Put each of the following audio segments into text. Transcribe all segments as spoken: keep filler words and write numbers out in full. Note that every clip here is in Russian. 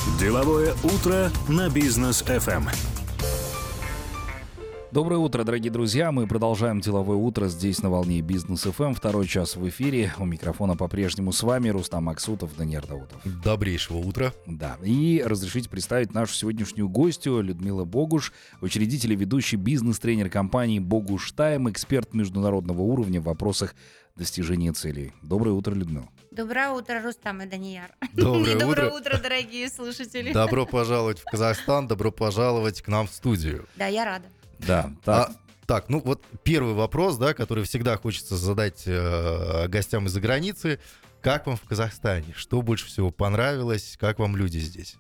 Деловое утро на Бизнес эф эм. Доброе утро, дорогие друзья. Мы продолжаем деловое утро здесь на волне Бизнес эф эм. Второй час в эфире. У микрофона по-прежнему с вами Рустам Максутов, Даниил Даутов. Добрейшего утра. Да. И разрешите представить нашу сегодняшнюю гостью Людмила Богуш, учредитель и ведущий бизнес-тренер компании Богуш Тайм, эксперт международного уровня в вопросах достижения целей. Доброе утро, Людмила. Доброе утро, Рустам и Данияр. Доброе, и доброе утро. утро, дорогие слушатели. Добро пожаловать в Казахстан, добро пожаловать к нам в студию. Да, я рада. Да, так. А, так, ну вот первый вопрос, да, который всегда хочется задать э, гостям из-за границы. Как вам в Казахстане? Что больше всего понравилось? Как вам люди здесь?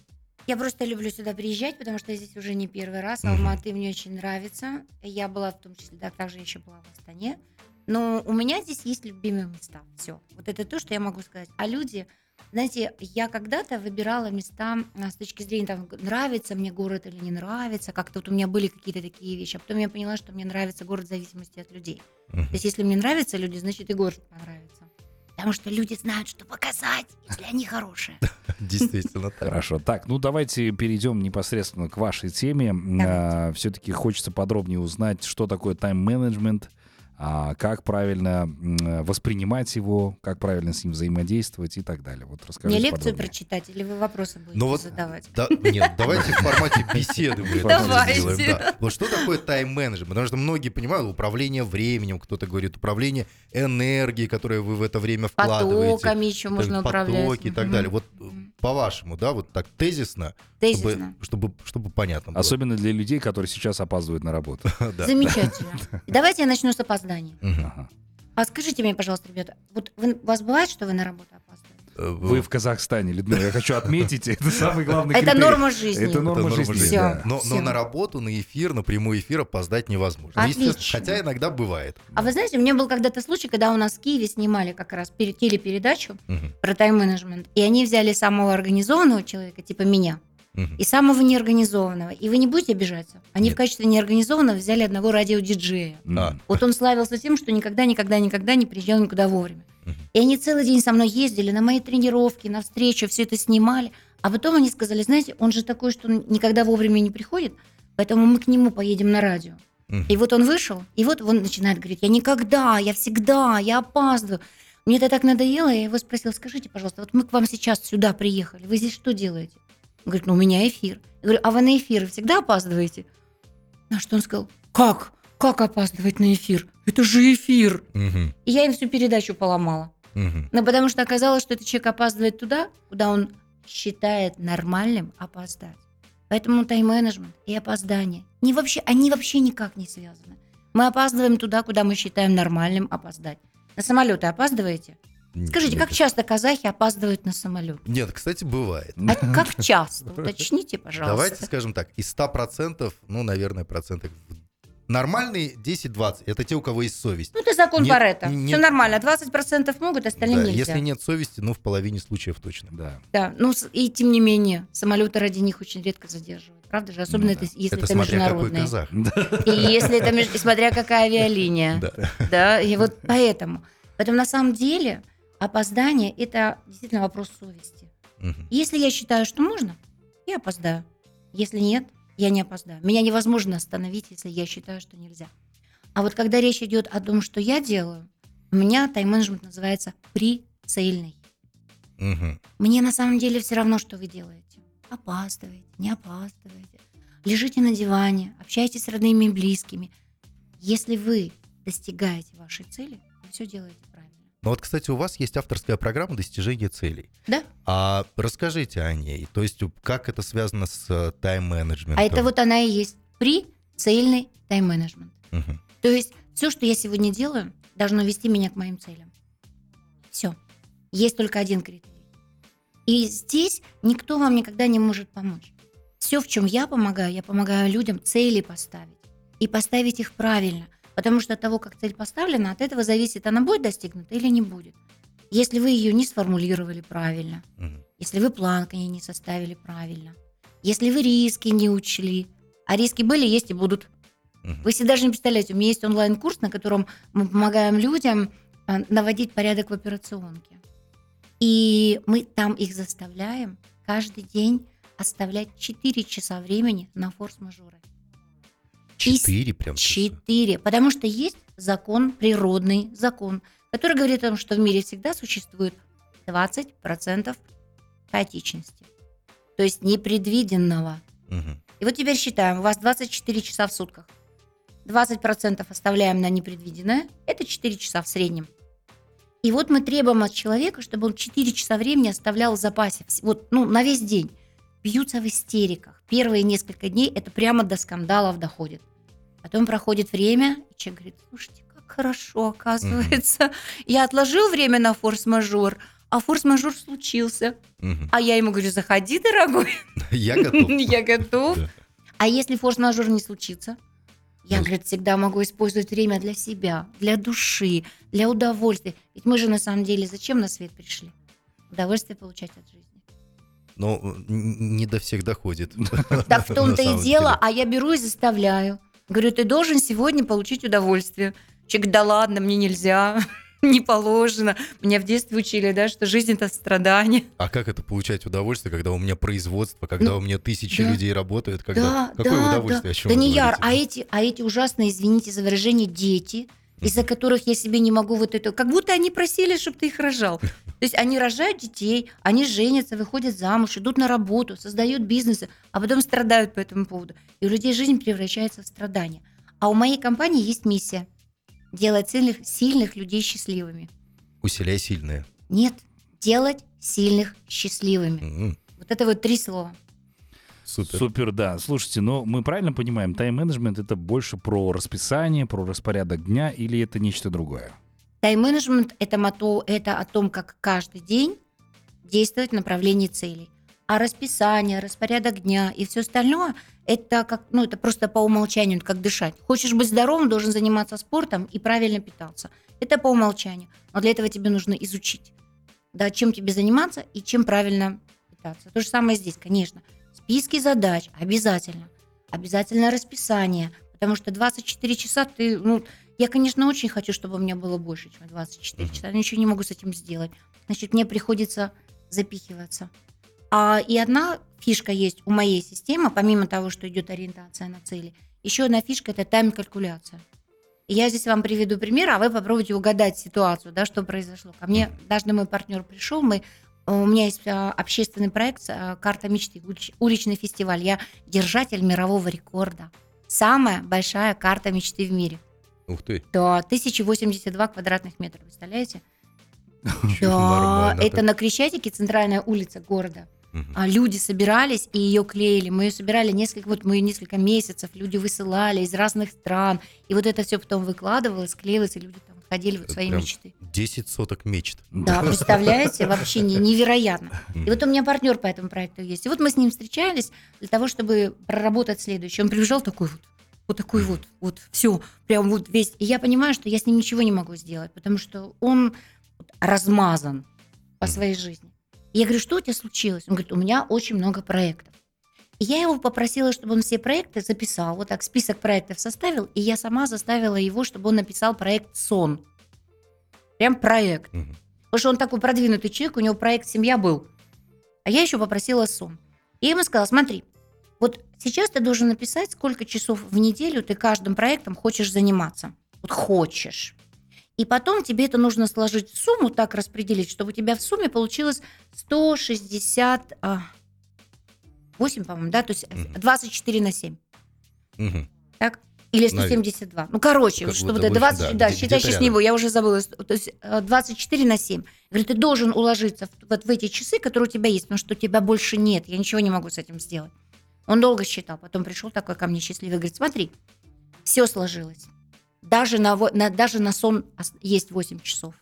Я просто люблю сюда приезжать, потому что я здесь уже не первый раз. Мгм. Алматы мне очень нравится. Я была в том числе, да, также еще была в Астане. Но у меня здесь есть любимые места. Все. Вот это то, что я могу сказать. А люди, знаете, я когда-то выбирала места а, с точки зрения, там, нравится мне город или не нравится. Как-то вот у меня были какие-то такие вещи. А потом я поняла, что мне нравится город в зависимости от людей. Мгм. То есть если мне нравятся люди, значит и город понравится. Потому что люди знают, что показать, если они хорошие. Действительно так. Хорошо. Так, ну давайте перейдем непосредственно к вашей теме. А, все-таки хочется подробнее узнать, что такое тайм-менеджмент, а, как правильно м, воспринимать его, как правильно с ним взаимодействовать и так далее. Вот Мне расскажите лекцию подробнее. прочитать или вы вопросы будете Ну вот, задавать? да, нет, давайте в формате беседы мы это Давайте. сделаем. Да. Вот что такое тайм-менеджмент? Потому что многие понимают управление временем, кто-то говорит управление энергией, которую вы в это время вкладываете. Потоками еще можно управлять. Потоки и так Мгм. далее. Вот Мгм. по-вашему, да, вот так тезисно, Тезисно. Чтобы, чтобы, чтобы понятно было. Особенно для людей, которые сейчас опаздывают на работу. Да. Замечательно. Давайте я начну с опоздания. Мгм. Ага. А скажите мне, пожалуйста, ребята, вот вы- у вас бывает, что вы на работу опаздываете? Э, Вы в Казахстане, Людмила, я хочу отметить, это самый главный Это критерий. норма жизни. Это норма Это жизни. жизни. да. Но, Всё. но на работу, на эфир, на прямой эфир опоздать невозможно. Отлично. Естественно, хотя иногда бывает. А вы знаете, у меня был когда-то случай, когда у нас в Киеве снимали как раз пере- телепередачу Мгм, про тайм-менеджмент, и они взяли самого организованного человека, типа меня, мгм. и самого неорганизованного. И вы не будете обижаться? Они Нет. в качестве неорганизованного взяли одного радиодиджея. М. А. Вот он славился тем, что никогда, никогда, никогда не приезжал никуда вовремя. Мгм. И они целый день со мной ездили на мои тренировки, на встречи, все это снимали. А потом они сказали, знаете, он же такой, что он никогда вовремя не приходит, поэтому мы к нему поедем на радио. Мгм. И вот он вышел, и вот он начинает говорить, я никогда, я всегда, я опаздываю. Мне это так надоело, я его спросила, скажите, пожалуйста, вот мы к вам сейчас сюда приехали, вы здесь что делаете? Он говорит, ну у меня эфир. Я говорю, а вы на эфир всегда опаздываете? На что он сказал, как? Как опаздывать на эфир? Это же эфир. Мгм, И я им всю передачу поломала. мгм. Ну, потому что оказалось, что этот человек опаздывает туда, куда он считает нормальным опоздать. Поэтому тайм-менеджмент и опоздание, не вообще, они вообще никак не связаны. Мы опаздываем туда, куда мы считаем нормальным опоздать. На самолеты опаздываете? Скажите, как Нет. часто казахи опаздывают на самолет? Нет, кстати, бывает. А как часто? Уточните, пожалуйста. Давайте скажем так, из ста процентов, ну, наверное, процентов в- нормальные десять-двадцать. Это те, у кого есть совесть. Ну, это закон Нет, Паретта. нет. Все нормально. двадцать процентов могут, остальным Да, нельзя. если нет совести, ну, в половине случаев точно. Да. Да, ну с- и тем не менее, самолеты ради них очень редко задерживают. Правда же? Особенно Ну это, да. если это это, смотря какой международные. казах. И если это меж- и смотря какая авиалиния. Да. Да, и вот поэтому. Поэтому на самом деле опоздание – это действительно вопрос совести. Мгм. Если я считаю, что можно, я опоздаю. Если нет, я не опоздаю. Меня невозможно остановить, если я считаю, что нельзя. А вот когда речь идет о том, что я делаю, у меня тайм-менеджмент называется прицельный. Мгм. Мне на самом деле все равно, что вы делаете. Опаздываете, не опаздываете. Лежите на диване, общаетесь с родными и близкими. Если вы достигаете вашей цели, вы все делаете правильно. Ну вот, кстати, у вас есть авторская программа достижения целей. Да? А расскажите о ней. То есть, как это связано с э, тайм-менеджментом? А это вот она и есть прицельный тайм-менеджмент. Мгм. То есть все, что я сегодня делаю, должно вести меня к моим целям. Все. Есть только один критерий. И здесь никто вам никогда не может помочь. Все, в чем я помогаю, я помогаю людям цели поставить. И поставить их правильно. Потому что от того, как цель поставлена, от этого зависит, она будет достигнута или не будет. Если вы ее не сформулировали правильно, Мгм. если вы план к ней не составили правильно, если вы риски не учли, а риски были, есть и будут. Мгм. Вы себе даже не представляете, у меня есть онлайн-курс, на котором мы помогаем людям а, наводить порядок в операционке. И мы там их заставляем каждый день оставлять четыре часа времени на форс-мажоры. Четыре прям. Четыре. Потому что есть закон, природный закон, который говорит о том, что в мире всегда существует двадцать процентов хаотичности. То есть непредвиденного. Угу. И вот теперь считаем, у вас двадцать четыре часа в сутках. двадцать процентов оставляем на непредвиденное. Это четыре часа в среднем. И вот мы требуем от человека, чтобы он четыре часа времени оставлял в запасе. Вот, ну, на весь день. Бьются в истериках. Первые несколько дней это прямо до скандалов доходит. Потом проходит время, и человек говорит: слушайте, как хорошо, оказывается. Mm-hmm. Я отложил время на форс-мажор, а форс-мажор случился. Mm-hmm. А я ему говорю: заходи, дорогой. Я готов. Я готов. А если форс-мажор не случится? Я, говорит, всегда могу использовать время для себя, для души, для удовольствия. Ведь мы же на самом деле зачем на свет пришли? Удовольствие получать от жизни. Ну, не до всех доходит. Так в том-то и дело, а я беру и заставляю. Говорю: ты должен сегодня получить удовольствие. Человек: да ладно, мне нельзя, не положено. Меня в детстве учили, да, что жизнь — это страдание. А как это получать удовольствие, когда у меня производство, когда ну, у меня тысячи да. людей работают? Когда... Да, Какое да, удовольствие? Да, о чем да вы не яр, говорите? а эти, а эти ужасные, извините за выражение, дети, из-за которых я себе не могу вот это... Как будто они просили, чтобы ты их рожал. То есть они рожают детей, они женятся, выходят замуж, идут на работу, создают бизнесы, а потом страдают по этому поводу. И у людей жизнь превращается в страдания. А у моей компании есть миссия – делать сильных, сильных людей счастливыми. Усиляй сильные. Нет, делать сильных счастливыми. Mm-hmm. Вот это вот три слова. Супер. Супер, да. Слушайте, но мы правильно понимаем, тайм-менеджмент — это больше про расписание, про распорядок дня, или это нечто другое? Тайм-менеджмент – это, мото, это о том, как каждый день действовать в направлении целей. А расписание, распорядок дня и все остальное – это, как, ну, это просто по умолчанию, как дышать. Хочешь быть здоровым, должен заниматься спортом и правильно питаться. Это по умолчанию. Но для этого тебе нужно изучить, да, чем тебе заниматься и чем правильно питаться. То же самое здесь, конечно. Списки задач обязательно. Обязательно расписание. Потому что двадцать четыре часа ты... Ну, я, конечно, очень хочу, чтобы у меня было больше, чем двадцать четыре часа. Но ничего не могу с этим сделать. Значит, мне приходится запихиваться. А, и одна фишка есть у моей системы, помимо того, что идет ориентация на цели. Еще одна фишка – это тайм-калькуляция. И я здесь вам приведу пример, а вы попробуйте угадать ситуацию, да, что произошло. Ко мне даже мой партнер пришел, мы... У меня есть общественный проект «Карта мечты», уличный фестиваль. Я держатель мирового рекорда. Самая большая карта мечты в мире. Ух ты. Да, тысяча восемьдесят два квадратных метра, представляете? Да, это на Крещатике, центральная улица города. А люди собирались и ее клеили. Мы ее собирали несколько, вот мы ее несколько месяцев, люди высылали из разных стран. И вот это все потом выкладывалось, клеилось, и люди там ходили в свои мечты. десять соток мечт. Да, представляете, вообще не, невероятно. И вот у меня партнер по этому проекту есть. И вот мы с ним встречались для того, чтобы проработать следующее. Он прибежал такой вот, вот такой вот, вот, все, прям вот весь. И я понимаю, что я с ним ничего не могу сделать, потому что он размазан по своей жизни. И я говорю: что у тебя случилось? Он говорит: у меня очень много проектов. И я его попросила, чтобы он все проекты записал, вот так список проектов составил, и я сама заставила его, чтобы он написал проект «Сон». Прям проект. Угу. Потому что он такой продвинутый человек, у него проект «Семья» был. А я еще попросила «Сон». И я ему сказала: смотри, вот сейчас ты должен написать, сколько часов в неделю ты каждым проектом хочешь заниматься. Вот хочешь. И потом тебе это нужно сложить в сумму, так распределить, чтобы у тебя в сумме получилось сто шестьдесят восемь, по-моему, да, то есть двадцать четыре на семь. Угу. Так? Или сто семьдесят два. Ну, короче, как чтобы ты двадцать, да, да, считай сейчас него, я уже забыла. То есть двадцать четыре на семь. Говорит, ты должен уложиться в, вот в эти часы, которые у тебя есть, потому что у тебя больше нет. Я ничего не могу с этим сделать. Он долго считал, потом пришел такой ко мне счастливый, говорит: смотри, все сложилось. Даже на, на, даже на сон есть восемь часов.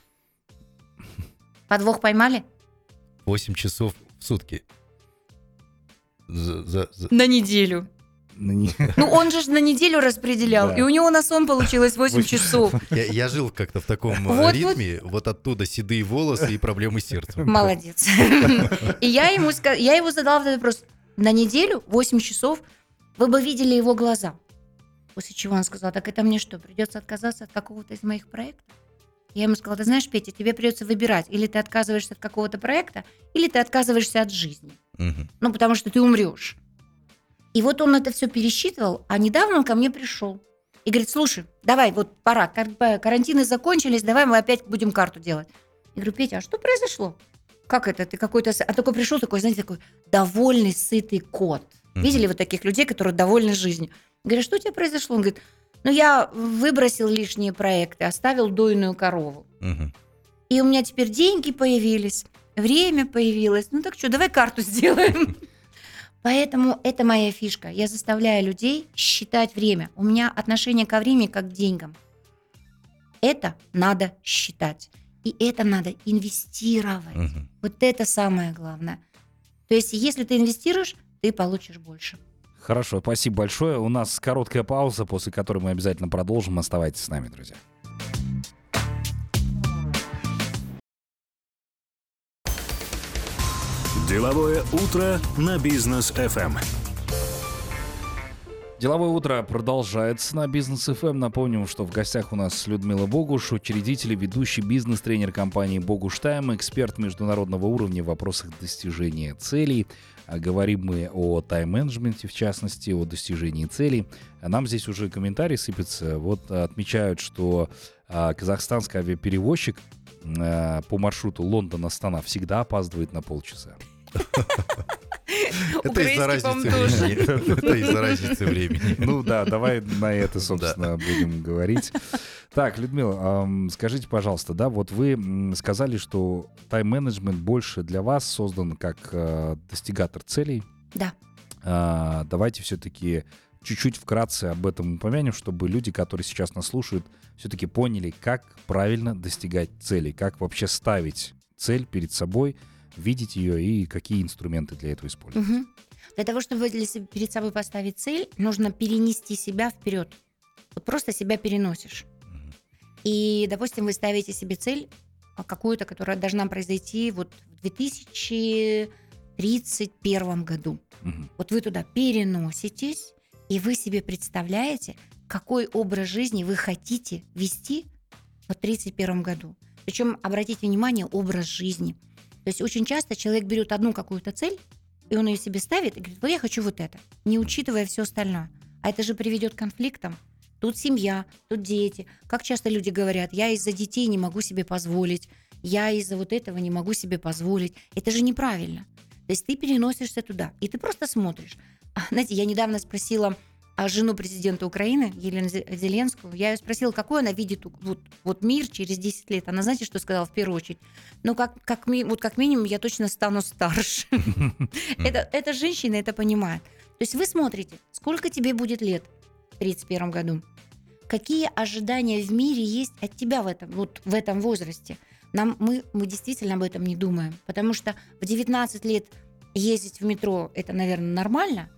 Подвох поймали? восемь часов в сутки. За, за, за... На неделю. Ну, он же на неделю распределял, да. И у него на сон получилось восемь часов. Я, я жил как-то в таком вот, ритме, вот. вот оттуда седые волосы и проблемы с сердцем. Молодец. И я ему, я ему задала этот вопрос: на неделю восемь часов, вы бы видели его глаза. После чего он сказал: так это мне что, придется отказаться от какого-то из моих проектов? Я ему сказала: ты знаешь, Петя, тебе придется выбирать, или ты отказываешься от какого-то проекта, или ты отказываешься от жизни. Мгм. Ну, потому что ты умрешь. И вот он это все пересчитывал, а недавно он ко мне пришел. И говорит: слушай, давай, вот пора, кар- карантины закончились, давай мы опять будем карту делать. Я говорю: Петя, а что произошло? Как это? Ты какой-то... с- А такой пришел, такой, знаете, такой довольный, сытый кот. Мгм. Видели вы таких людей, которые довольны жизнью? Я говорю: что у тебя произошло? Он говорит: ну, я выбросил лишние проекты, оставил дойную корову. Мгм. И у меня теперь деньги появились, время появилось. Ну так что, давай карту сделаем. Поэтому это моя фишка. Я заставляю людей считать время. У меня отношение ко времени как к деньгам. Это надо считать. И это надо инвестировать. Мгм. Вот это самое главное. То есть, если ты инвестируешь, ты получишь больше. Хорошо, спасибо большое. У нас короткая пауза, после которой мы обязательно продолжим. Оставайтесь с нами, друзья. Деловое утро на бизнес эф эм. Деловое утро продолжается на Бизнес эф эм. Напомним, что в гостях у нас Людмила Богуш, учредитель и ведущий бизнес-тренер компании «Богуш Тайм», эксперт международного уровня в вопросах достижения целей. А говорим мы о тайм-менеджменте, в частности, о достижении целей. А нам здесь уже комментарии сыпятся. Вот отмечают, что а, казахстанский авиаперевозчик а, по маршруту Лондон-Астана всегда опаздывает на полчаса. Это из-за разницы времени. Это из-за разницы времени. Ну да, давай на это, собственно, будем говорить. Так, Людмила, ам, скажите, пожалуйста, да, вот вы м, сказали, что тайм-менеджмент больше для вас создан как э, достигатор целей. Да. А, давайте все-таки чуть-чуть вкратце об этом упомянем, чтобы люди, которые сейчас нас слушают, все-таки поняли, как правильно достигать целей, как вообще ставить цель перед собой, видеть ее и какие инструменты для этого использовать. Мгм. Для того, чтобы вы для себя- перед собой поставить цель, нужно перенести себя вперед. Вот просто себя переносишь. Мгм. И, допустим, вы ставите себе цель а, какую-то, которая должна произойти вот в две тысячи тридцать первом году. Мгм. Вот вы туда переноситесь, и вы себе представляете, какой образ жизни вы хотите вести в тридцать первом году. Причем, обратите внимание, образ жизни. То есть очень часто человек берет одну какую-то цель, и он ее себе ставит и говорит: вот я хочу вот это, не учитывая все остальное. А это же приведет к конфликтам. Тут семья, тут дети. Как часто люди говорят: я из-за детей не могу себе позволить, я из-за вот этого не могу себе позволить. Это же неправильно. То есть ты переносишься туда, и ты просто смотришь. А, знаете, я недавно спросила а, жену президента Украины, Елену Зе- Зеленскую, я ее спросила, какой она видит у- вот, вот мир через десять лет. Она, знаете, что сказала в первую очередь? Ну, как, как, ми- вот как минимум, я точно стану старше. Это, эта женщина это понимает. То есть вы смотрите, сколько тебе будет лет в тридцать первом году, какие ожидания в мире есть от тебя в этом, вот в этом возрасте. Нам, мы, мы действительно об этом не думаем, потому что в девятнадцать лет ездить в метро – это, наверное, нормально,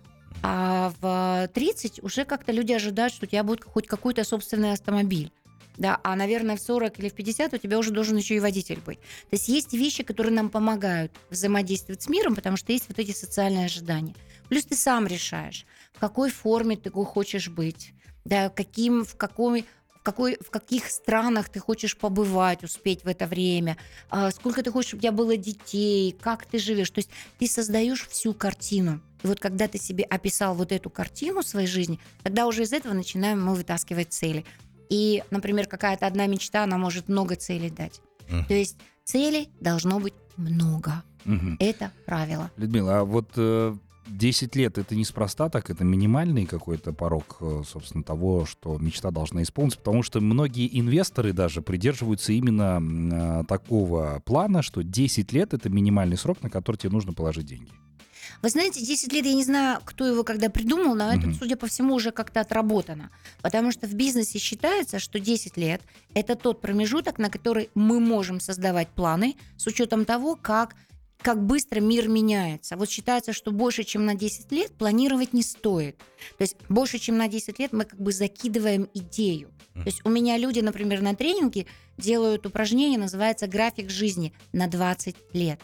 а в тридцать уже как-то люди ожидают, что у тебя будет хоть какой-то собственный автомобиль. Да, а, наверное, в сорок или в пятьдесят у тебя уже должен еще и водитель быть. То есть есть вещи, которые нам помогают взаимодействовать с миром, потому что есть вот эти социальные ожидания. Плюс ты сам решаешь, в какой форме ты хочешь быть, да, каким, в какой, в какой, в каких странах ты хочешь побывать, успеть в это время, а, сколько ты хочешь, чтобы у тебя было детей, как ты живешь. То есть ты создаешь всю картину. И вот когда ты себе описал вот эту картину своей жизни, тогда уже из этого начинаем мы вытаскивать цели. И, например, какая-то одна мечта, она может много целей дать. Мгм. То есть целей должно быть много. Мгм. Это правило. Людмила, а вот э, десять лет — это неспроста так, это минимальный какой-то порог, э, собственно, того, что мечта должна исполниться, потому что многие инвесторы даже придерживаются именно м, э, такого плана, что десять лет — это минимальный срок, на который тебе нужно положить деньги. Вы знаете, десять лет, я не знаю, кто его когда придумал, но это, Мгм. судя по всему, уже как-то отработано. Потому что в бизнесе считается, что десять лет – это тот промежуток, на который мы можем создавать планы с учетом того, как, как быстро мир меняется. Вот считается, что больше, чем на десять лет планировать не стоит. То есть больше, чем на десять лет мы как бы закидываем идею. То есть у меня люди, например, на тренинге делают упражнение, называется «График жизни на двадцать лет».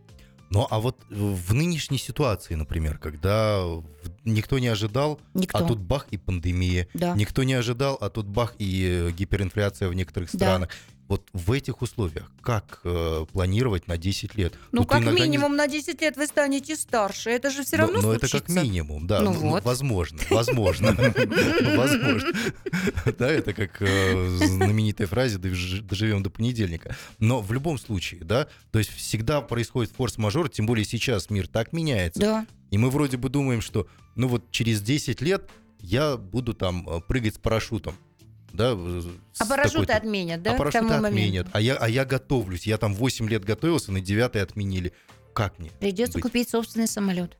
Ну, а вот в нынешней ситуации, например, когда в- никто не ожидал, Никто. а тут бах и пандемия, Да. никто не ожидал, а тут бах и э, гиперинфляция в некоторых Да. странах. Вот в этих условиях как э, планировать на десять лет? Ну, Тут как иногда не- минимум на десять лет вы станете старше. Это же все Но- равно но это случится. как минимум, да. Ну Ну, ну, вот. возможно, возможно. Возможно. Да, это как э, знаменитая фраза «Дож- «доживем до понедельника». Но в любом случае, да, то есть всегда происходит форс-мажор, тем более сейчас мир так меняется. Да. И мы вроде бы думаем, что ну вот через десять лет я буду там э, прыгать с парашютом. Да, э, с А парашюты такой-то- отменят, да? А к парашюты тому отменят. моменту? А я, а я готовлюсь. Я там восемь лет готовился, на девятый отменили. Как мне? Придется быть? купить собственный самолет.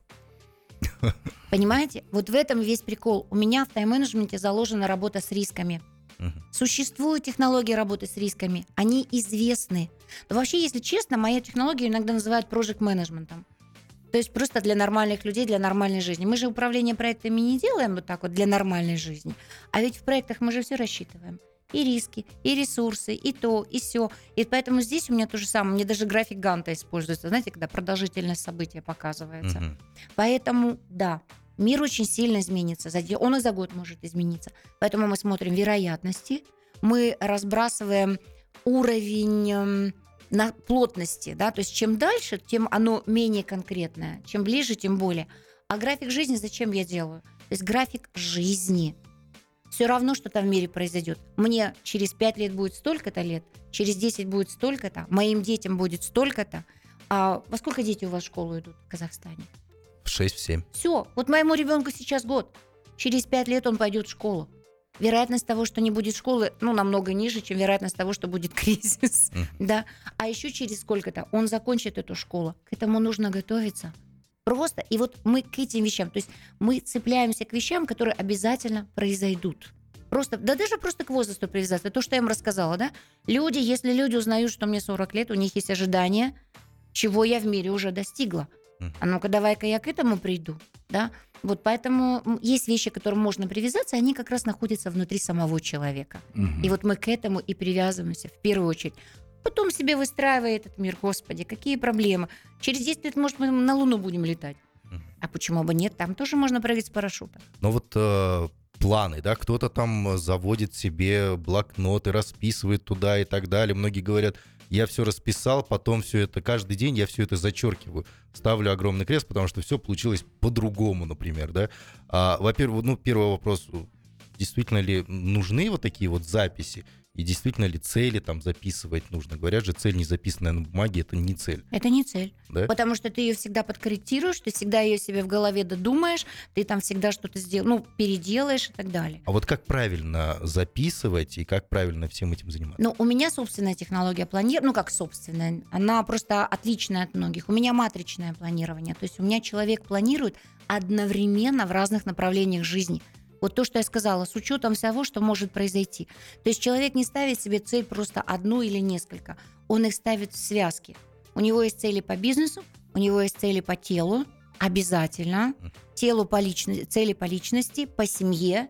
Понимаете? Вот в этом весь прикол. У меня в тайм-менеджменте заложена работа с рисками. Мгм. Существуют технологии работы с рисками. Они известны. Но вообще, если честно, мою технологию иногда называют проект-менеджментом. То есть просто для нормальных людей, для нормальной жизни. Мы же управление проектами не делаем вот так вот для нормальной жизни. А ведь в проектах мы же все рассчитываем. И риски, и ресурсы, и то, и все. И поэтому здесь у меня то же самое. Мне даже график Ганта используется. Знаете, когда продолжительность события показывается. Мгм. Поэтому, да, мир очень сильно изменится. За де- Он и за год может измениться. Поэтому мы смотрим вероятности, мы разбрасываем уровень эм, на плотности, да, то есть чем дальше, тем оно менее конкретное, чем ближе, тем более. А график жизни зачем я делаю? То есть график жизни. Все равно, что там в мире произойдет. Мне через пять лет будет столько-то лет, через десять будет столько-то, моим детям будет столько-то. А во сколько дети у вас в школу идут в Казахстане? В шесть-семь. Все, вот моему ребенку сейчас год. Через пять лет он пойдет в школу. Вероятность того, что не будет школы, ну, намного ниже, чем вероятность того, что будет кризис. Мгм. Да. А еще через сколько-то он закончит эту школу. К этому нужно готовиться. Просто. И вот мы к этим вещам, то есть мы цепляемся к вещам, которые обязательно произойдут. Просто, да даже просто к возрасту привязаться. То, что я им рассказала, да? Люди, если люди узнают, что мне сорок лет, у них есть ожидания, чего я в мире уже достигла. Мгм. А ну-ка, давай-ка я к этому приду, да? Вот поэтому м, есть вещи, к которым можно привязаться, они как раз находятся внутри самого человека. Мгм. И вот мы к этому и привязываемся в первую очередь. Потом себе выстраивая этот мир, господи, какие проблемы. Через десять лет, может, мы на Луну будем летать. Мгм. А почему бы нет? Там тоже можно прыгать с парашюта. Но вот э, планы, да, кто-то там заводит себе блокноты, расписывает туда и так далее. Многие говорят, я все расписал, потом все это, каждый день я все это зачеркиваю, ставлю огромный крест, потому что все получилось по-другому, например, да. А, во-первых, ну, первый вопрос, действительно ли нужны вот такие вот записи? И действительно ли цели там записывать нужно? Говорят же, цель, не записанная на бумаге, это не цель, Это не цель. да? Потому что ты ее всегда подкорректируешь, ты всегда ее себе в голове додумаешь, ты там всегда что-то сделаешь, ну, переделаешь и так далее. А вот как правильно записывать и как правильно всем этим заниматься? Но у меня собственная технология планирования, ну как собственная, она просто отличная от многих. У меня матричное планирование, то есть у меня человек планирует одновременно в разных направлениях жизни. Вот то, что я сказала, с учетом всего, что может произойти. То есть человек не ставит себе цель просто одну или несколько, он их ставит в связки. У него есть цели по бизнесу, у него есть цели по телу, обязательно, телу по личности, цели по личности, по семье,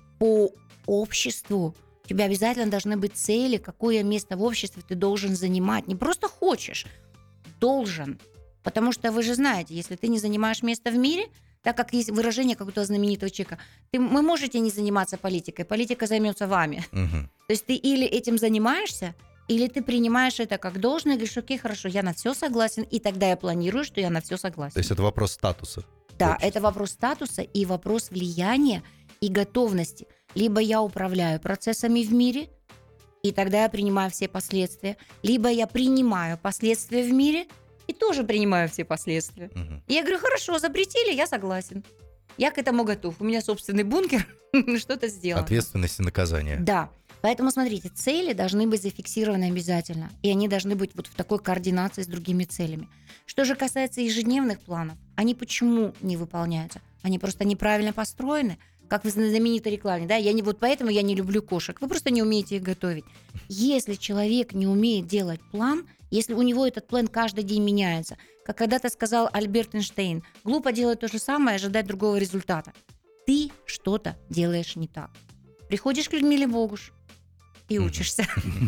по обществу. У тебя обязательно должны быть цели, какое место в обществе ты должен занимать. Не просто хочешь, должен. Потому что вы же знаете, если ты не занимаешь место в мире, так как есть выражение какого-то знаменитого человека, ты, вы можете не заниматься политикой, политика займется вами. Мгм. То есть ты или этим занимаешься, или ты принимаешь это как должное и говоришь, окей, хорошо, я на все согласен, и тогда я планирую, что я на все согласен. То есть это вопрос статуса. Да, общества. это вопрос статуса и вопрос влияния и готовности. Либо я управляю процессами в мире, и тогда я принимаю все последствия, либо я принимаю последствия в мире и тоже принимаю все последствия. Мгм. И я говорю, хорошо, запретили, я согласен. Я к этому готов. У меня собственный бункер, что-то сделано. Ответственность и наказание. Да. Поэтому, смотрите, цели должны быть зафиксированы обязательно. И они должны быть вот в такой координации с другими целями. Что же касается ежедневных планов, они почему не выполняются? Они просто неправильно построены. Как в знаменитой рекламе, да? Я не, вот поэтому я не люблю кошек. Вы просто не умеете их готовить. Если человек не умеет делать план, если у него этот план каждый день меняется, как когда-то сказал Альберт Эйнштейн, глупо делать то же самое и ожидать другого результата. Ты что-то делаешь не так. Приходишь к Людмиле Богуш и Мгм. учишься.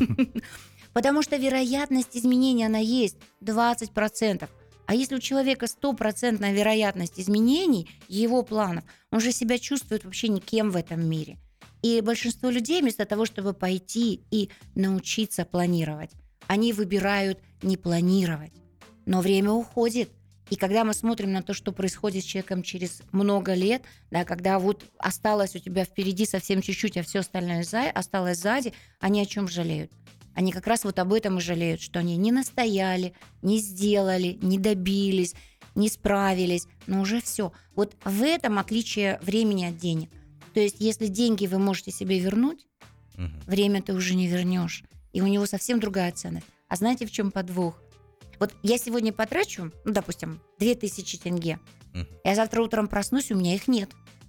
Потому что вероятность изменения, она есть двадцать процентов. А если у человека стопроцентная вероятность изменений его планов, он же себя чувствует вообще никем в этом мире. И большинство людей вместо того, чтобы пойти и научиться планировать, они выбирают не планировать. Но время уходит. И когда мы смотрим на то, что происходит с человеком через много лет, да, когда вот осталось у тебя впереди совсем чуть-чуть, а все остальное за- осталось сзади, они о чем жалеют? Они как раз вот об этом и жалеют, что они не настояли, не сделали, не добились, не справились, но уже все. Вот в этом отличие времени от денег. То есть если деньги вы можете себе вернуть, Мгм. время ты уже не вернешь. И у него совсем другая ценность. А знаете, в чем подвох? Вот я сегодня потрачу, ну, допустим, две тысячи тенге. Мгм. Я завтра утром проснусь, у меня их нет.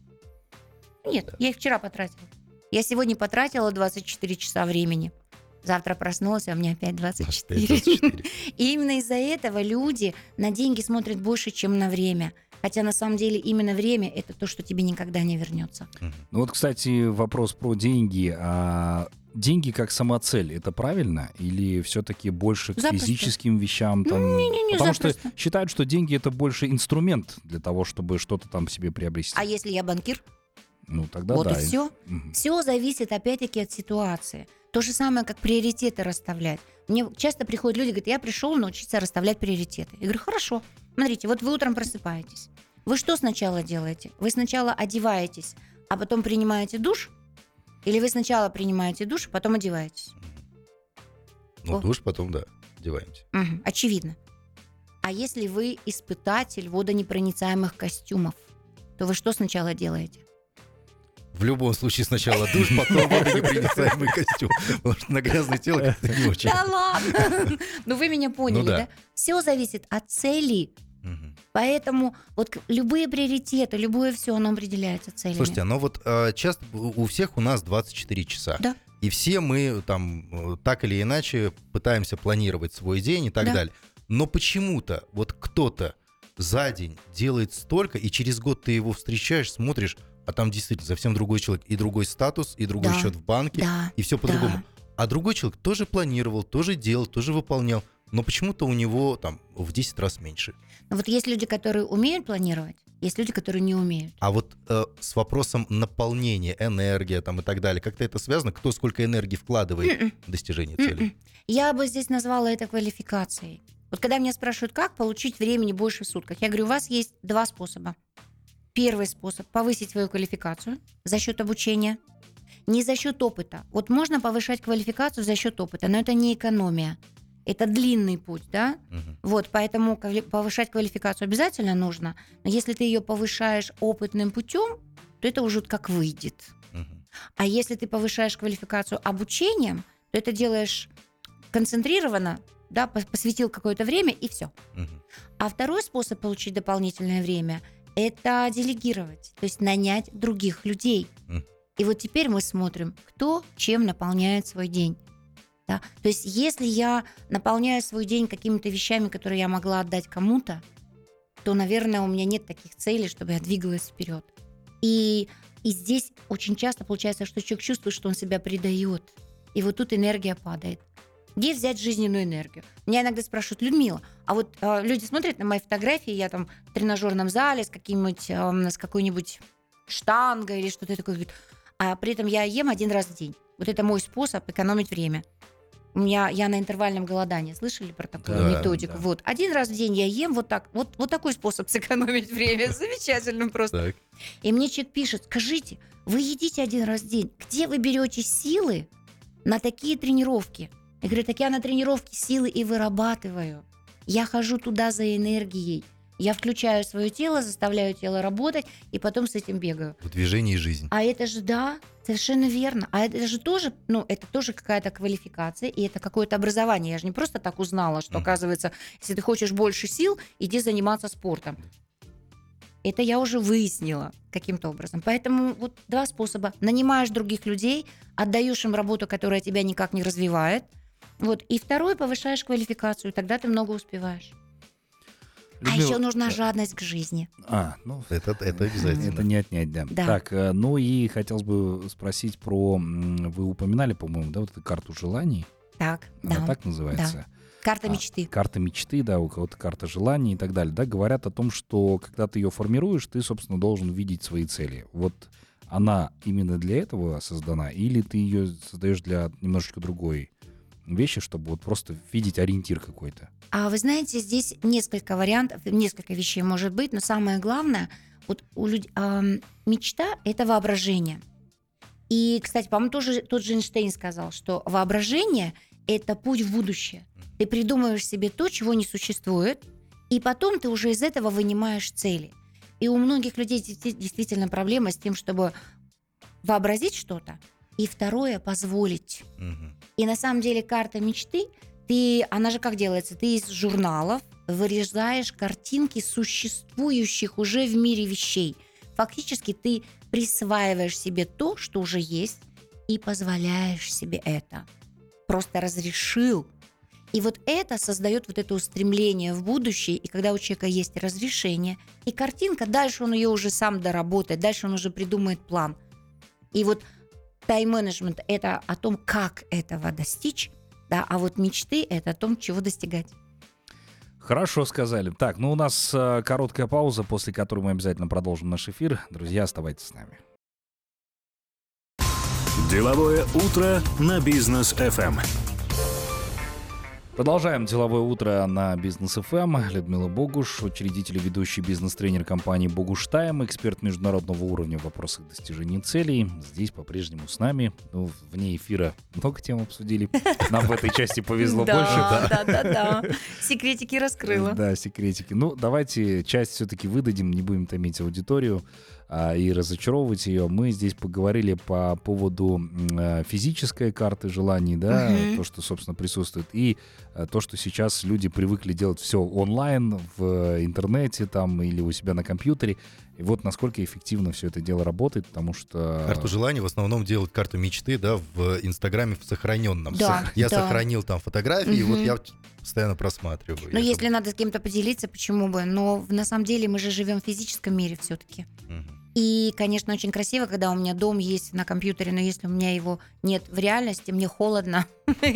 Нет, Да. я их вчера потратила. Я сегодня потратила двадцать четыре часа времени. Завтра проснулась, а у меня опять двадцать четыре. Опять двадцать четыре. И именно из-за этого люди на деньги смотрят больше, чем на время. Хотя на самом деле именно время – это то, что тебе никогда не вернется. Мгм. Ну вот, кстати, вопрос про деньги. А деньги как самоцель, это правильно? Или все-таки больше к Запросто. физическим вещам? Там? Не-не-не, Потому что запросто. считают, что деньги это больше инструмент для того, чтобы что-то там себе приобрести. А если я банкир? Ну тогда Вот да. и все. Мгм. Все зависит опять-таки от ситуации. То же самое, как приоритеты расставлять. Мне часто приходят люди, говорят, я пришел научиться расставлять приоритеты. Я говорю, хорошо. Смотрите, вот вы утром просыпаетесь. Вы что сначала делаете? Вы сначала одеваетесь, а потом принимаете душ? Или вы сначала принимаете душ, а потом одеваетесь? Ну, О. душ, потом, да, одеваемся. Мгм, очевидно. А если вы испытатель водонепроницаемых костюмов, то вы что сначала делаете? В любом случае сначала душ, потом водонепроницаемый костюм. Потому что на грязное тело как-то не очень. Да ладно! Ну вы меня поняли, Ну да. да? Все зависит от цели. Мгм. Поэтому вот к- любые приоритеты, любое все, оно определяется целями. Слушайте, а ну вот э, часто у у всех у нас двадцать четыре часа. Да. И все мы там э, так или иначе пытаемся планировать свой день и так Да. далее. Но почему-то вот кто-то за день делает столько, и через год ты его встречаешь, смотришь, а там действительно совсем другой человек. И другой статус, и другой Да. счет в банке, Да, и все по-другому. А другой человек тоже планировал, тоже делал, тоже выполнял. Но почему-то у него там в десять раз меньше. Но вот есть люди, которые умеют планировать, есть люди, которые не умеют. А вот э, с вопросом наполнения, энергия там и так далее, как-то это связано? Кто сколько энергии вкладывает М-м. в достижение цели? М-м. Я бы здесь назвала это квалификацией. Вот когда меня спрашивают, как получить времени больше в сутках, я говорю, у вас есть два способа. Первый способ – повысить свою квалификацию за счет обучения, не за счет опыта. Вот можно повышать квалификацию за счет опыта, но это не экономия. Это длинный путь, да? Мгм. Вот, поэтому квали- повышать квалификацию обязательно нужно. Но если ты ее повышаешь опытным путем, то это уже как выйдет. Мгм. А если ты повышаешь квалификацию обучением, то это делаешь концентрированно, да, пос- посвятил какое-то время и все. Мгм. А второй способ получить дополнительное время – это делегировать, то есть нанять других людей. Мгм. И вот теперь мы смотрим, кто чем наполняет свой день. Да? То есть если я наполняю свой день какими-то вещами, которые я могла отдать кому-то, то, наверное, у меня нет таких целей, чтобы я двигалась вперед. И, и здесь очень часто получается, что человек чувствует, что он себя предает. И вот тут энергия падает. Где взять жизненную энергию? Меня иногда спрашивают, Людмила, а вот э, люди смотрят на мои фотографии, я там в тренажерном зале с, каким-нибудь, э, с какой-нибудь штангой или что-то такое, говорит, а при этом я ем один раз в день. Вот это мой способ экономить время. У меня, я на интервальном голодании. Слышали про такую Да, методику? да. Вот. Один раз в день я ем вот так. Вот, вот такой способ сэкономить время. Замечательно просто. Так. И мне человек пишет, скажите, вы едите один раз в день. Где вы берете силы на такие тренировки? Я говорю, так я на тренировке силы и вырабатываю. Я хожу туда за энергией. Я включаю свое тело, заставляю тело работать, и потом с этим бегаю. В движении жизнь. А это же, да, совершенно верно. А это же тоже, ну, это тоже какая-то квалификация, и это какое-то образование. Я же не просто так узнала, что, Мгм. оказывается, если ты хочешь больше сил, иди заниматься спортом. Это я уже выяснила каким-то образом. Поэтому вот два способа. Нанимаешь других людей, отдаешь им работу, которая тебя никак не развивает. Вот. И второй, повышаешь квалификацию, тогда ты много успеваешь. А Людмила- еще нужна жадность к жизни. А, ну, Это, это обязательно. это не отнять, да. Да. Так, э, ну и хотелось бы спросить про... м, Вы упоминали, по-моему, да, вот эту карту желаний? Так, Она да. так называется? Карта А, мечты. Карта мечты, да, у кого-то карта желаний и так далее, да, говорят о том, что когда ты ее формируешь, ты, собственно, должен видеть свои цели. Вот она именно для этого создана, или ты ее создаешь для немножечко другой вещи, чтобы вот просто видеть ориентир какой-то? А вы знаете, здесь несколько вариантов, несколько вещей может быть, но самое главное, вот у людей э, мечта – это воображение. И, кстати, по-моему, тоже тот же Эйнштейн сказал, что воображение – это путь в будущее. Ты придумываешь себе то, чего не существует, и потом ты уже из этого вынимаешь цели. И у многих людей действительно проблема с тем, чтобы вообразить что-то, и второе – позволить. Мгм. И на самом деле карта мечты, ты, она же как делается? Ты из журналов вырезаешь картинки существующих уже в мире вещей. Фактически ты присваиваешь себе то, что уже есть, и позволяешь себе это. Просто разрешил. И вот это создает вот это устремление в будущее, и когда у человека есть разрешение, и картинка, дальше он ее уже сам доработает, дальше он уже придумает план. И вот тайм-менеджмент – это о том, как этого достичь, да, а вот мечты – это о том, чего достигать. Хорошо сказали. Так, ну у нас э, короткая пауза, после которой мы обязательно продолжим наш эфир. Друзья, оставайтесь с нами. Деловое утро на Бизнес эф эм. Продолжаем деловое утро на Бизнес эф эм. Людмила Богуш, учредитель и ведущий бизнес-тренер компании «Богуш Тайм», эксперт международного уровня в вопросах достижения целей. Здесь по-прежнему с нами. Ну, вне эфира много тем обсудили. Нам в этой части повезло больше. Да, да, да, да. Секретики раскрыла. Да, секретики. Ну, давайте часть все-таки выдадим, не будем томить аудиторию а, и разочаровывать ее. Мы здесь поговорили по поводу м, физической карты желаний, да, Мгм. то, что, собственно, присутствует, и а, то, что сейчас люди привыкли делать все онлайн, в интернете там или у себя на компьютере. И вот насколько эффективно все это дело работает, потому что... Карту желаний в основном делают карту мечты, да, в Инстаграме в сохраненном. Да, Я да. сохранил там фотографии, и вот Мгм. я постоянно просматриваю. Ну, Это- если надо с кем-то поделиться, почему бы? Но в- на самом деле мы же живем в физическом мире все-таки. Мгм. И, конечно, очень красиво, когда у меня дом есть на компьютере, но если у меня его нет в реальности, мне холодно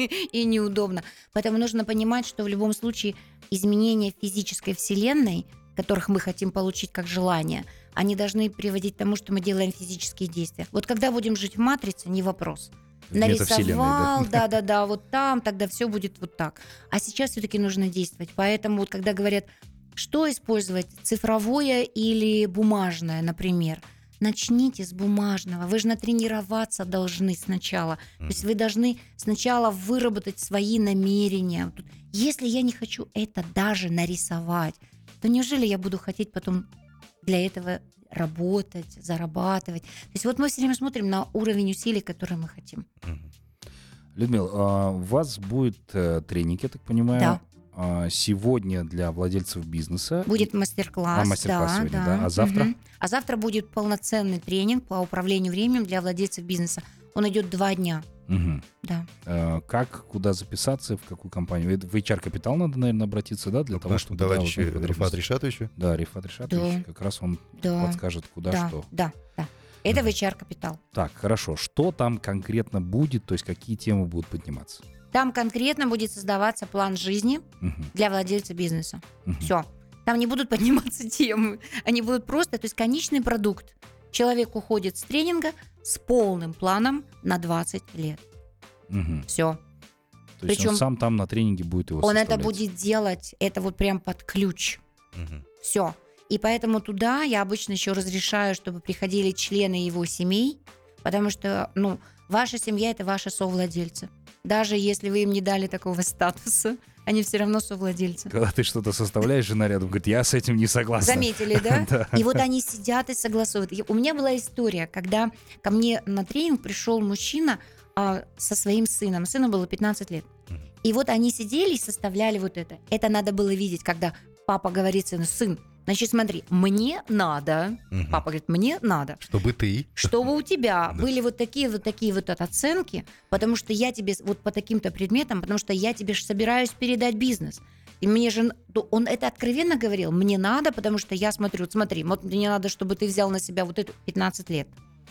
и неудобно. Поэтому нужно понимать, что в любом случае изменения физической вселенной, которых мы хотим получить как желание, они должны приводить к тому, что мы делаем физические действия. Вот когда будем жить в матрице, не вопрос. В метавселенной, Нарисовал, да. да-да-да, вот там, тогда все будет вот так. А сейчас все-таки нужно действовать. Поэтому вот когда говорят, что использовать, цифровое или бумажное, например, начните с бумажного. Вы же натренироваться должны сначала. То есть вы должны сначала выработать свои намерения. Тут, если я не хочу это даже нарисовать, то неужели я буду хотеть потом для этого работать, зарабатывать? То есть вот мы все время смотрим на уровень усилий, который мы хотим. Мгм. Людмила, а у вас будет э, тренинг, я так понимаю, Да. а, сегодня для владельцев бизнеса. Будет мастер-класс. А, мастер-класс да, сегодня, да. да. А завтра? Мгм. А завтра будет полноценный тренинг по управлению временем для владельцев бизнеса. Он идет два дня. Мгм. Да. Э, Как, куда записаться, в какую компанию? Это в эйч ар Капитал надо, наверное, обратиться, да, для К того, нашему чтобы... да, товарищу узнать подробности. Рифат Ришатовичу. Да, Рифат Ришатович, Да. как раз он Да. подскажет, куда да, что. да, да. Это в эйч ар Капитал. Так, хорошо. Что там конкретно будет, то есть какие темы будут подниматься? Там конкретно будет создаваться план жизни Мгм. для владельца бизнеса. Мгм. Все. Там не будут подниматься темы. Они будут просто, то есть конечный продукт. Человек уходит с тренинга с полным планом на двадцать лет. Мгм. Все. То есть Причем он сам там на тренинге будет его Он это составлять. будет делать, это вот прям под ключ. Мгм. Все. И поэтому туда я обычно еще разрешаю, чтобы приходили члены его семей, потому что, ну, ваша семья – это ваши совладельцы. Даже если вы им не дали такого статуса, они все равно совладельцы. Когда ты что-то составляешь, жена рядом говорит, я с этим не согласна. Заметили, да? Да. И вот они сидят и согласуют. И у меня была история, когда ко мне на тренинг пришел мужчина а, со своим сыном. Сыну было пятнадцать лет. Мгм. И вот они сидели и составляли вот это. Это надо было видеть, когда папа говорит сыну: сын, значит, смотри, мне надо. Мгм. Папа говорит, мне надо. Чтобы ты... Чтобы у тебя Да. были вот такие вот такие вот оценки, потому что я тебе с- вот по таким-то предметам, потому что я тебе ж собираюсь передать бизнес. И мне же, то он это откровенно говорил, мне надо, потому что я смотрю, вот смотри, вот мне надо, чтобы ты взял на себя вот эту пятнадцать лет.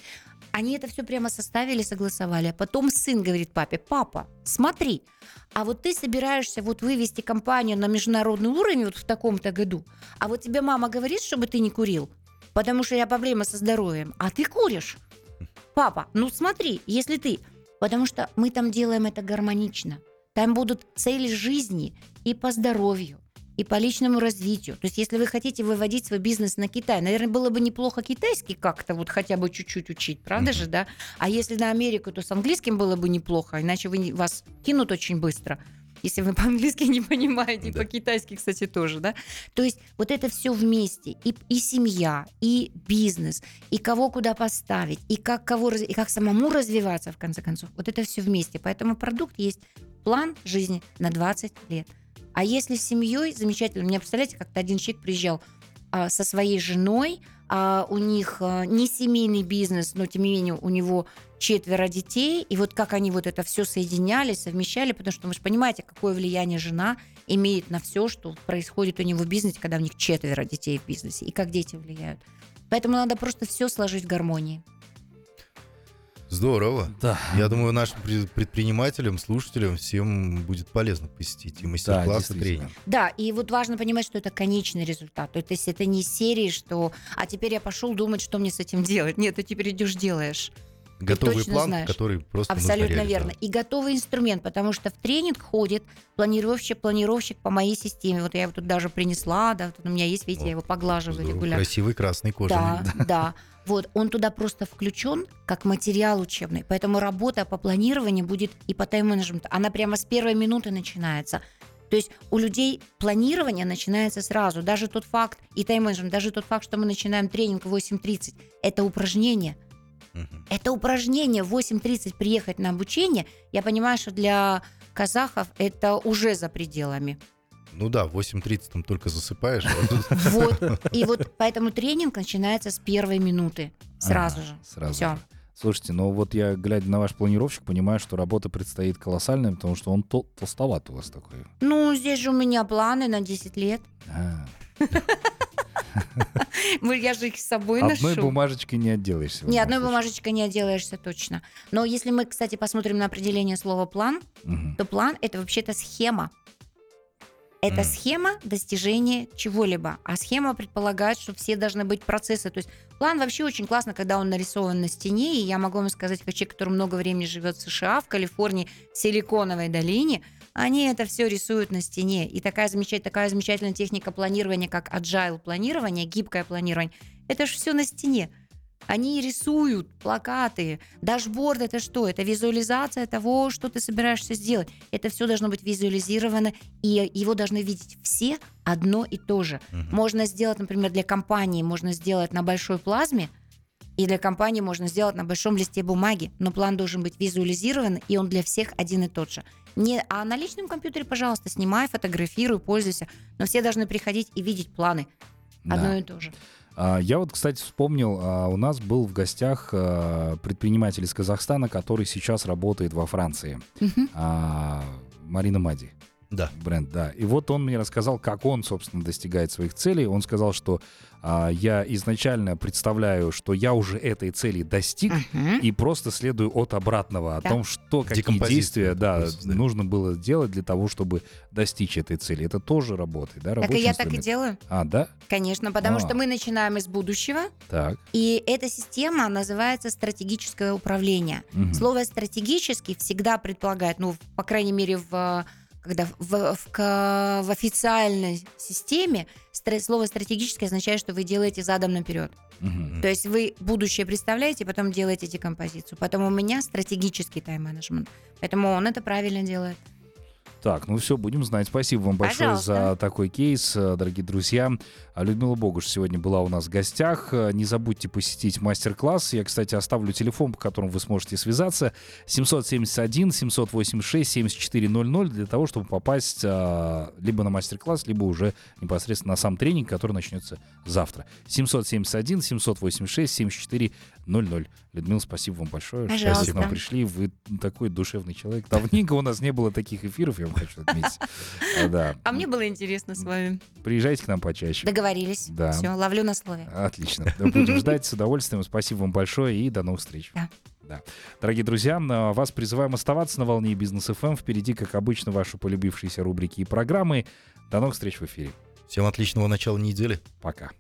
Они это все прямо составили, согласовали. А потом сын говорит папе: папа, смотри, а вот ты собираешься вот вывести компанию на международный уровень вот в таком-то году, а вот тебе мама говорит, чтобы ты не курил, потому что я проблема со здоровьем, а ты куришь. Папа, ну смотри, если ты... Потому что мы там делаем это гармонично. Там будут цели жизни и по здоровью, и по личному развитию. То есть если вы хотите выводить свой бизнес на Китай, наверное, было бы неплохо китайский как-то вот хотя бы чуть-чуть учить, правда mm-hmm. же, да? А если на Америку, то с английским было бы неплохо, иначе вы, вас кинут очень быстро. Если вы по-английски не понимаете, и да. по-китайски, кстати, тоже, да? То есть вот это все вместе, и, и семья, и бизнес, и кого куда поставить, и как, кого, и как самому развиваться, в конце концов. Вот это все вместе. Поэтому продукт есть план жизни на двадцать лет. А если с семьей, замечательно. У меня, представляете, как-то один человек приезжал а, со своей женой, а, у них а, не семейный бизнес, но тем не менее у него четверо детей, и вот как они вот это все соединяли, совмещали, потому что вы же понимаете, какое влияние жена имеет на все, что происходит у него в бизнесе, когда у них четверо детей в бизнесе, и как дети влияют. Поэтому надо просто все сложить в гармонии. Здорово. Да. Я думаю, нашим предпринимателям, слушателям всем будет полезно посетить и мастер-класс, и тренинг. Да, и вот важно понимать, что это конечный результат. То есть это не серии, что «а теперь я пошел думать, что мне с этим делать». Нет, ты теперь идешь делаешь. Готовый план, знаешь. Который просто абсолютно нужно верно. И готовый инструмент, потому что в тренинг ходит планировщик, планировщик по моей системе. Вот я его тут даже принесла, да, тут у меня есть, видите, вот. Я его поглаживаю Здорово. Регулярно. Красивый красный кожаный. Да, да. Вот, он туда просто включен как материал учебный, поэтому работа по планированию будет и по тайм-менеджменту. Она прямо с первой минуты начинается. То есть у людей планирование начинается сразу. Даже тот факт, и тайм-менеджмент, даже тот факт, что мы начинаем тренинг в восемь тридцать, это упражнение. Uh-huh. Это упражнение в восемь тридцать приехать на обучение. Я понимаю, что для казахов это уже за пределами. Ну да, в восемь тридцать там только засыпаешь. Вот. И вот поэтому тренинг начинается с первой минуты. Сразу же. Сразу же. Слушайте, ну вот я, глядя на ваш планировщик, понимаю, что работа предстоит колоссальная, потому что он тол- толстоват у вас такой. Ну, здесь же у меня планы на десять лет. Я же их с собой ношу. Одной бумажечкой не отделаешься. Ни одной бумажечкой не отделаешься точно. Но если мы, кстати, посмотрим на определение слова «план», то план — это вообще-то схема. Это mm. схема достижения чего-либо. А схема предполагает, что все должны быть процессы. То есть план вообще очень классно, когда он нарисован на стене. И я могу вам сказать, как человек, который много времени живет в США, в Калифорнии, в Силиконовой долине, они это все рисуют на стене. И такая замечательная, такая замечательная техника планирования, как agile планирование, гибкое планирование, это же все на стене. Они рисуют плакаты. Дашборд — это что? Это визуализация того, что ты собираешься сделать. Это все должно быть визуализировано, и его должны видеть все одно и то же. Угу. Можно сделать, например, для компании, можно сделать на большой плазме, и для компании можно сделать на большом листе бумаги, но план должен быть визуализирован, и он для всех один и тот же. Не, а на личном компьютере, пожалуйста, снимай, фотографируй, пользуйся, но все должны приходить и видеть планы. Одно да. и то же. Я вот, кстати, вспомнил, у нас был в гостях предприниматель из Казахстана, который сейчас работает во Франции. Uh-huh. Марина Мади. Да. Бренд, да. И вот он мне рассказал, как он, собственно, достигает своих целей. Он сказал, что а, я изначально представляю, что я уже этой цели достиг, uh-huh. и просто следую от обратного, о да. том, что, какие действия да, просто, да. нужно было делать для того, чтобы достичь этой цели. Это тоже работает, да? Так и я так и делаю. А, да? Конечно, потому а. что мы начинаем из будущего, так. и эта система называется стратегическое управление. Uh-huh. Слово «стратегический» всегда предполагает, ну, по крайней мере, в... когда в, в, в официальной системе слово «стратегическое» означает, что вы делаете задом наперед. Uh-huh. То есть вы будущее представляете, потом делаете декомпозицию. Поэтому у меня стратегический тайм-менеджмент. Поэтому он это правильно делает. Так, ну все, будем знать. Спасибо вам большое Пожалуйста. За такой кейс, дорогие друзья. Людмила Богуш сегодня была у нас в гостях. Не забудьте посетить мастер-класс. Я, кстати, оставлю телефон, по которому вы сможете связаться. семь семь один семь восемь шесть семь четыре ноль ноль для того, чтобы попасть а, либо на мастер-класс, либо уже непосредственно на сам тренинг, который начнется завтра. семь семь один семь восемь шесть семь четыре ноль ноль. Людмила, спасибо вам большое, Пожалуйста. что к нам пришли. Вы такой душевный человек. Давненько у нас не было таких эфиров, я вам хочу отметить. А, да. а мне было интересно с вами. Приезжайте к нам почаще. Договорились. Да. Все, ловлю на слове. Отлично. Будем ждать с удовольствием. Спасибо вам большое и до новых встреч. Да. Да. Дорогие друзья, вас призываем оставаться на волне Бизнес эф эм. Впереди, как обычно, ваши полюбившиеся рубрики и программы. До новых встреч в эфире. Всем отличного начала недели. Пока.